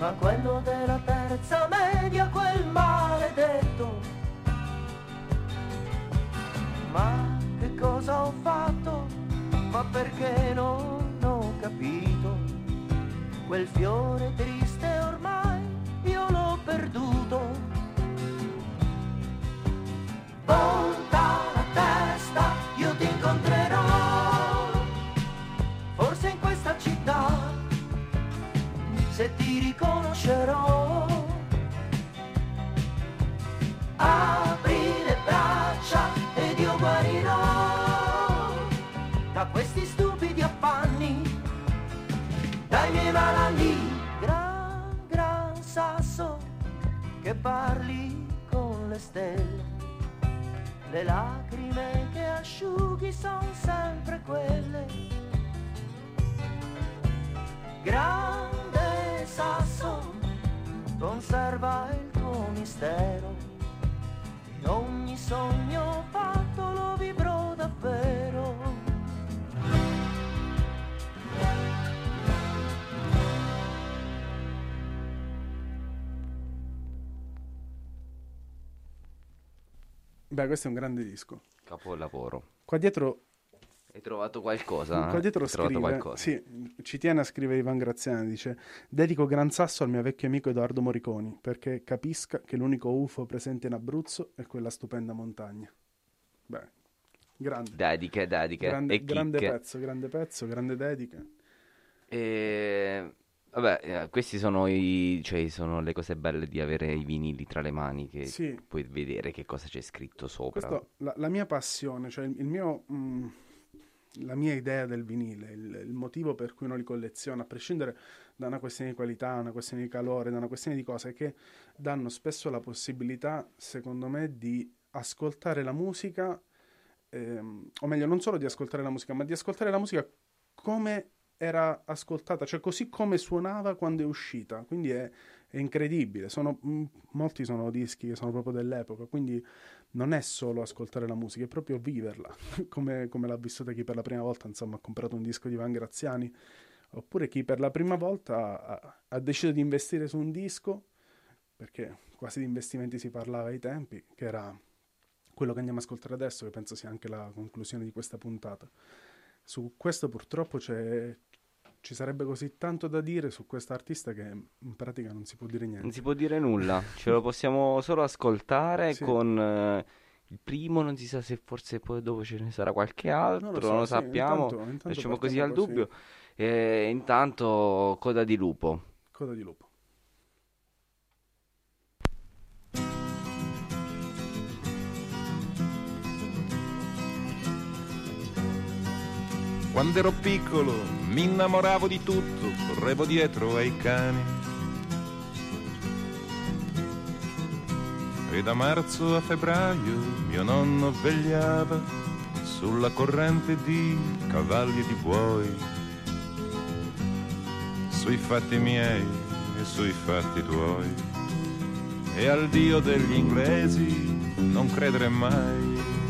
ma quello della terza media, quel maledetto. Ma che cosa ho fatto? Ma perché non ho capito? Quel fiore triste ormai io l'ho perduto. Volta la testa, io ti incontrerò, forse in questa città, se ti riconoscerò. Apri le braccia ed io guarirò da questi stupidi affanni, dai miei malanni. Gran sasso che parli con le stelle, le lacrime che asciughi son sempre quelle. Grande sasso, conserva il tuo mistero, e ogni sogno fatto lo vivrò davvero.
Beh, questo è un grande disco.
Capolavoro.
Qua dietro
hai trovato qualcosa?
Qua dietro scrive,
qualcosa.
Sì, ci tiene a scrivere Ivan Graziani, dice: dedico Gran Sasso al mio vecchio amico Edoardo Morriconi, perché capisca che l'unico UFO presente in Abruzzo è quella stupenda montagna. Beh, grande.
Dediche.
Grande pezzo, grande dedica.
Vabbè, questi sono sono le cose belle di avere i vinili tra le mani, che
sì,
puoi vedere che cosa c'è scritto sopra.
Questo, la mia passione, cioè la mia idea del vinile, il motivo per cui non li colleziono, a prescindere da una questione di qualità, una questione di calore, da una questione di cose, è che danno spesso la possibilità, secondo me, di ascoltare la musica, o meglio, non solo di ascoltare la musica, ma di ascoltare la musica come era ascoltata, cioè così come suonava quando è uscita. Quindi è incredibile. Molti sono dischi che sono proprio dell'epoca, quindi non è solo ascoltare la musica, è proprio viverla come l'ha vissuta chi per la prima volta, insomma, ha comprato un disco di Ivan Graziani, oppure chi per la prima volta ha deciso di investire su un disco, perché quasi di investimenti si parlava ai tempi, che era quello che andiamo a ascoltare adesso, che penso sia anche la conclusione di questa puntata. Su questo purtroppo ci sarebbe così tanto da dire su quest'artista che in pratica non si può dire niente.
Non si può dire nulla, ce lo possiamo solo ascoltare, sì. Con il primo, non si sa se forse poi dopo ce ne sarà qualche altro, non lo sappiamo, intanto lasciamo così al dubbio. Intanto Coda di Lupo.
Coda di Lupo.
Quando ero piccolo mi innamoravo di tutto, correvo dietro ai cani. E da marzo a febbraio mio nonno vegliava sulla corrente di cavalli e di buoi, sui fatti miei e sui fatti tuoi. E al Dio degli inglesi non credere mai.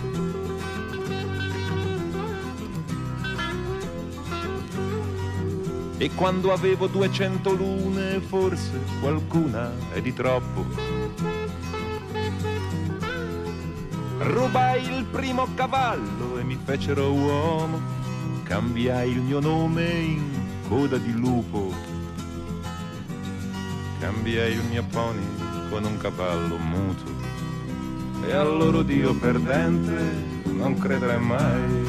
E quando avevo 200 lune, forse qualcuna è di troppo, rubai il primo cavallo e mi fecero uomo, cambiai il mio nome in Coda di Lupo, cambiai il mio pony con un cavallo muto, e al loro Dio perdente non credere mai.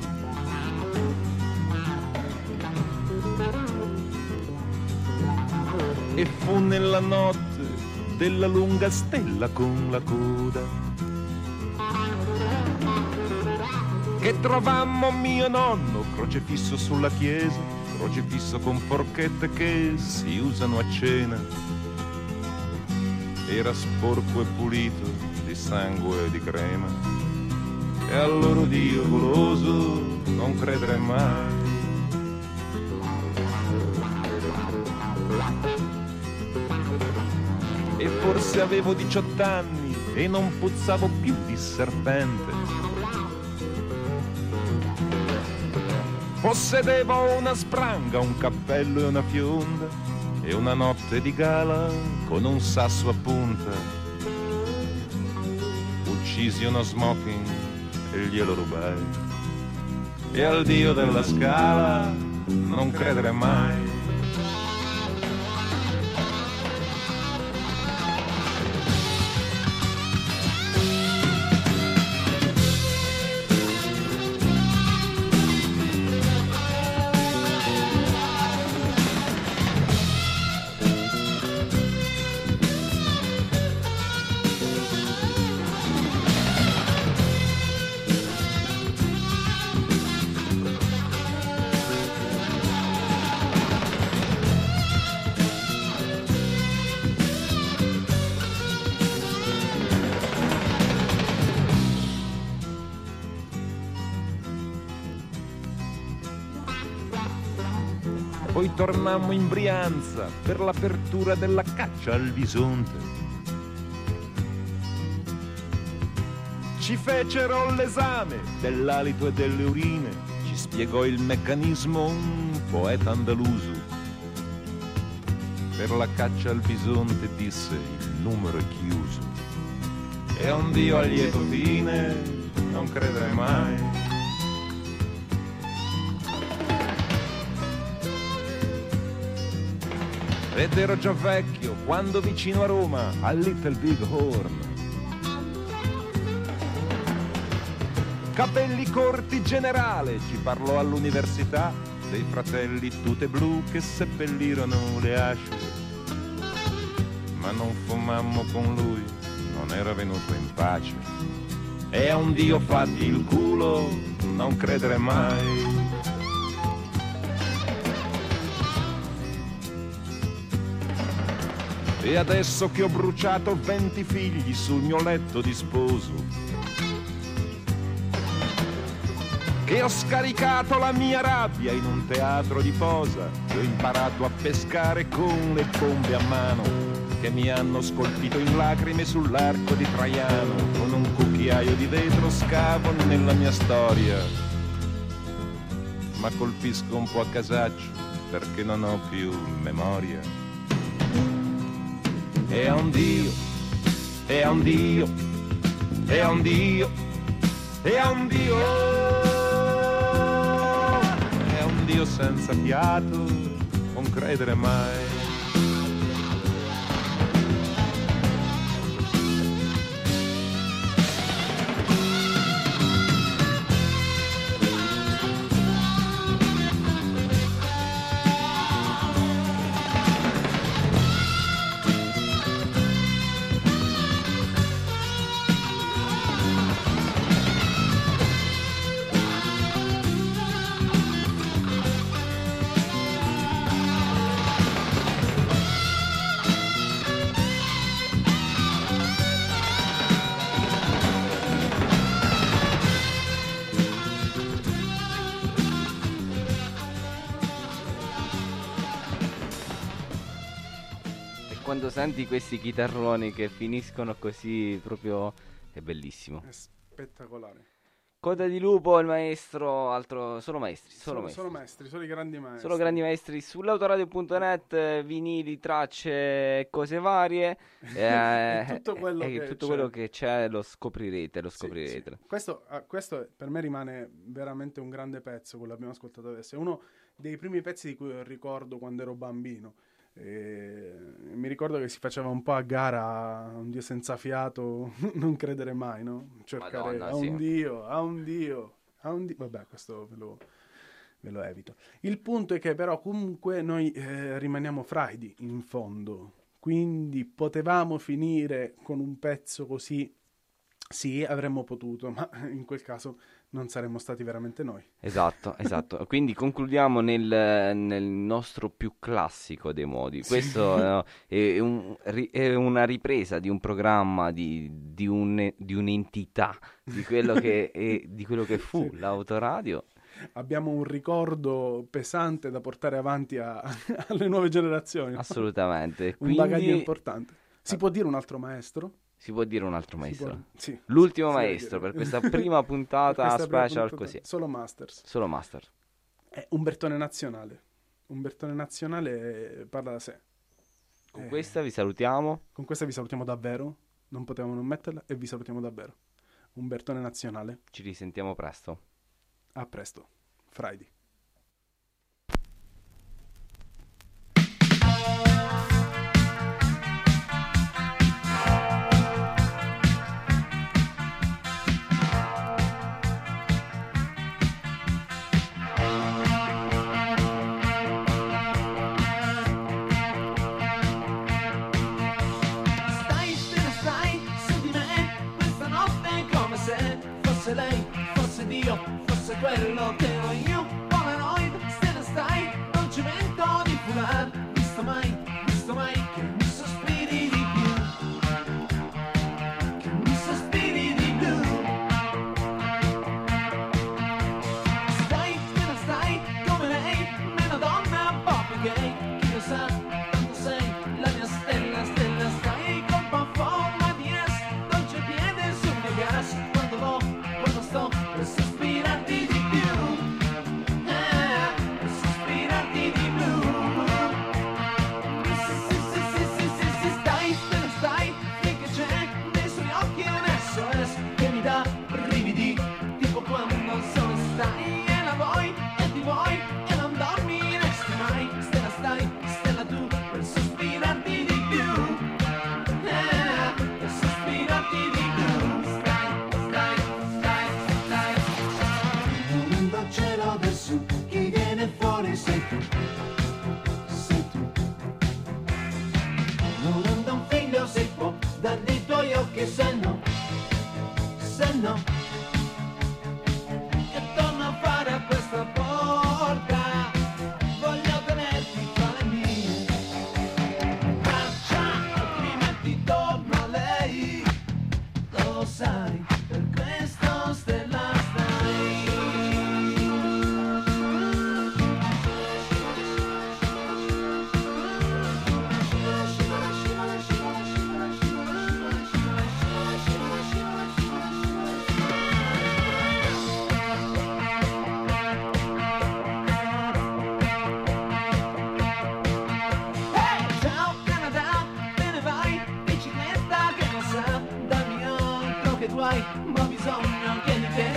E fu nella notte della lunga stella con la coda che trovammo mio nonno crocefisso sulla chiesa, crocefisso con forchette che si usano a cena. Era sporco e pulito di sangue e di crema, e al loro Dio goloso non credere mai. E forse avevo 18 anni e non puzzavo più di serpente. Possedevo una spranga, un cappello e una fionda, e una notte di gala con un sasso a punta uccisi uno smoking e glielo rubai. E al dio della Scala non credere mai. Poi tornammo in Brianza per l'apertura della caccia al bisonte. Ci fecero l'esame dell'alito e delle urine, ci spiegò il meccanismo un poeta andaluso. Per la caccia al bisonte disse il numero è chiuso. E a un dio a lieto fine non credere mai. Ed ero già vecchio quando vicino a Roma, al Little Big Horn, capelli corti generale, ci parlò all'università dei fratelli Tute Blu che seppellirono le asce. Ma non fumammo con lui, non era venuto in pace. E a un dio fatti il culo, non credere mai. E adesso che ho bruciato 20 figli sul mio letto di sposo, che ho scaricato la mia rabbia in un teatro di posa, che ho imparato a pescare con le bombe a mano, che mi hanno scolpito in lacrime sull'arco di Traiano, con un cucchiaio di vetro scavo nella mia storia, ma colpisco un po' a casaccio perché non ho più memoria. E a un dio, e a un dio, e a un dio, e a un dio, e a un dio senza fiato, non credere mai.
Quando senti questi chitarroni che finiscono così, proprio è bellissimo.
È spettacolare.
Coda di Lupo, il maestro, altro, solo maestri,
Solo maestri, solo i grandi maestri.
Solo grandi maestri sull'autoradio.net, vinili, tracce, cose varie.
tutto quello
che c'è lo scoprirete,
Sì. Questo per me rimane veramente un grande pezzo, quello che abbiamo ascoltato adesso. È uno dei primi pezzi di cui ricordo quando ero bambino. Mi ricordo che si faceva un po' a gara, un dio senza fiato, non credere mai, no? Cercare
Madonna,
un dio, a un dio. Vabbè, questo ve lo evito. Il punto è che però comunque noi rimaniamo fradi in fondo, quindi potevamo finire con un pezzo così. Sì, avremmo potuto, ma in quel caso non saremmo stati veramente noi.
Esatto. Quindi concludiamo nel nostro più classico dei modi. Questo è una ripresa di un programma, di un'entità, di quello che fu l'autoradio.
Abbiamo un ricordo pesante da portare avanti alle nuove generazioni.
Assolutamente.
Un bagaglio importante. Si può dire un altro maestro?
Si può dire un altro maestro.
Sì.
L'ultimo maestro per questa prima puntata
questa
special
prima
così.
Solo Masters.
Solo Master.
È Umbertone Nazionale. Umbertone Nazionale parla da sé.
Con questa vi salutiamo.
Con questa vi salutiamo davvero, non potevamo non metterla, e vi salutiamo davvero. Umbertone nazionale.
Ci risentiamo presto.
A presto. Friday.
Lei fosse Dio, fosse quello che ero io, Polaroid, se ne stai, non ci mento di furar, visto mai che mi sospiri di più, che mi sospiri di più. Stai, se ne stai, come lei, meno donna, pop gay, chi lo sa, tanto sei la mia stella, stella, stai colpa forma di es, dolce piede sul mio gas, quando sto per sospirarti di più, per sospirarti di più. Sì, stai, te ne stai, finché c'è nei suoi occhi un SOS che mi dà brividi, tipo quando solo stai e la vuoi e ti vuoi e non dormi, resti mai, stella stai, stella tu, per sospirarti di più, per sospirarti di più. Cielo del sud, chi viene fuori sei tu, sei tu. Non anda un figlio si può dai tuoi occhi se no, che torna a fare a questa porta, voglio tenerti tra le mie braccia, altrimenti torna lei, lo sai, per questo stella stai. Ma ho bisogno che mi